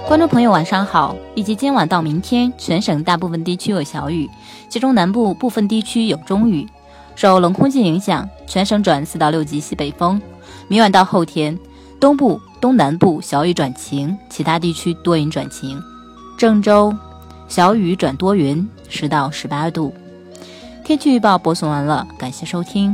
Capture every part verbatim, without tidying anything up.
观众朋友晚上好，预计今晚到明天全省大部分地区有小雨，其中南部部分地区有中雨。受冷空气影响，全省转四到六级西北风。明晚到后天，东部、东南部小雨转晴，其他地区多云转晴。郑州小雨转多云，十到十八度。天气预报播送完了，感谢收听。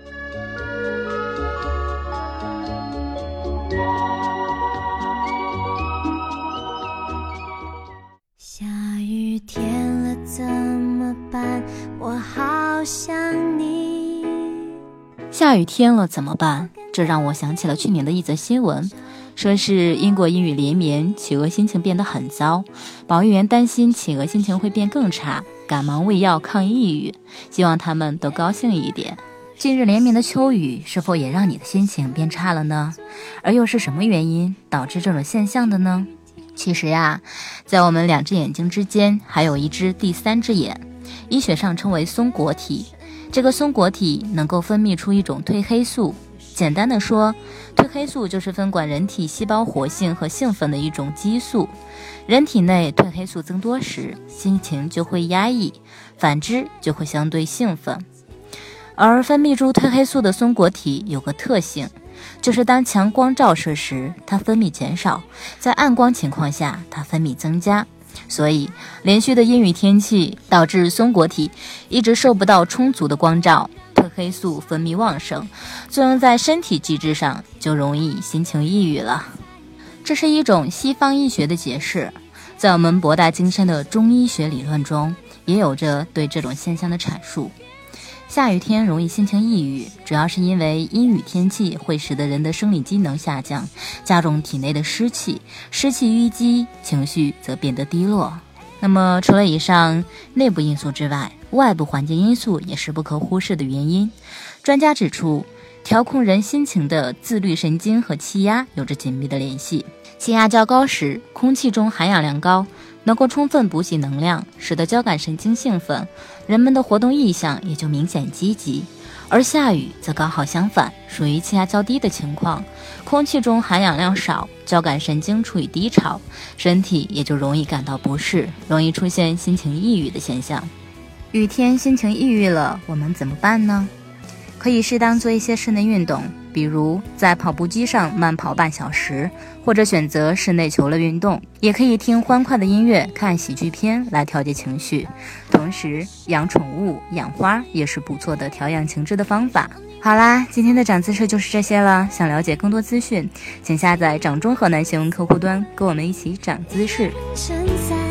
下雨天了怎么办？我好想你。 下雨天了怎么办？这让我想起了去年的一则新闻，说是英国阴雨连绵，企鹅心情变得很糟，保育员担心企鹅心情会变更差，赶忙喂药抗抑郁，希望他们都高兴一点。近日连绵的秋雨是否也让你的心情变差了呢？而又是什么原因导致这种现象的呢？其实呀，在我们两只眼睛之间还有一只第三只眼，医学上称为松果体。这个松果体能够分泌出一种褪黑素，简单的说，褪黑素就是分管人体细胞活性和兴奋的一种激素。人体内褪黑素增多时，心情就会压抑，反之就会相对兴奋。而分泌出褪黑素的松果体有个特性，就是当强光照射时，它分泌减少，在暗光情况下，它分泌增加。所以连续的阴雨天气导致松果体一直受不到充足的光照，褪黑素分泌旺盛，作用在身体机制上，就容易心情抑郁了。这是一种西方医学的解释，在我们博大精深的中医学理论中，也有着对这种现象的阐述。下雨天容易心情抑郁，主要是因为阴雨天气会使得人的生理机能下降，加重体内的湿气，湿气淤积，情绪则变得低落。那么除了以上内部因素之外，外部环境因素也是不可忽视的原因。专家指出，调控人心情的自律神经和气压有着紧密的联系。气压较高时，空气中含氧量高，能够充分补给能量，使得交感神经兴奋，人们的活动意向也就明显积极。而下雨则刚好相反，属于气压较低的情况，空气中含氧量少，交感神经处于低潮，身体也就容易感到不适，容易出现心情抑郁的现象。雨天心情抑郁了，我们怎么办呢？可以适当做一些室内运动，比如在跑步机上慢跑半小时，或者选择室内球类运动，也可以听欢快的音乐，看喜剧片来调节情绪。同时养宠物养花也是不错的调养情志的方法。好啦，今天的长姿势就是这些了，想了解更多资讯，请下载掌中河南新闻客户端，跟我们一起长姿势。 身在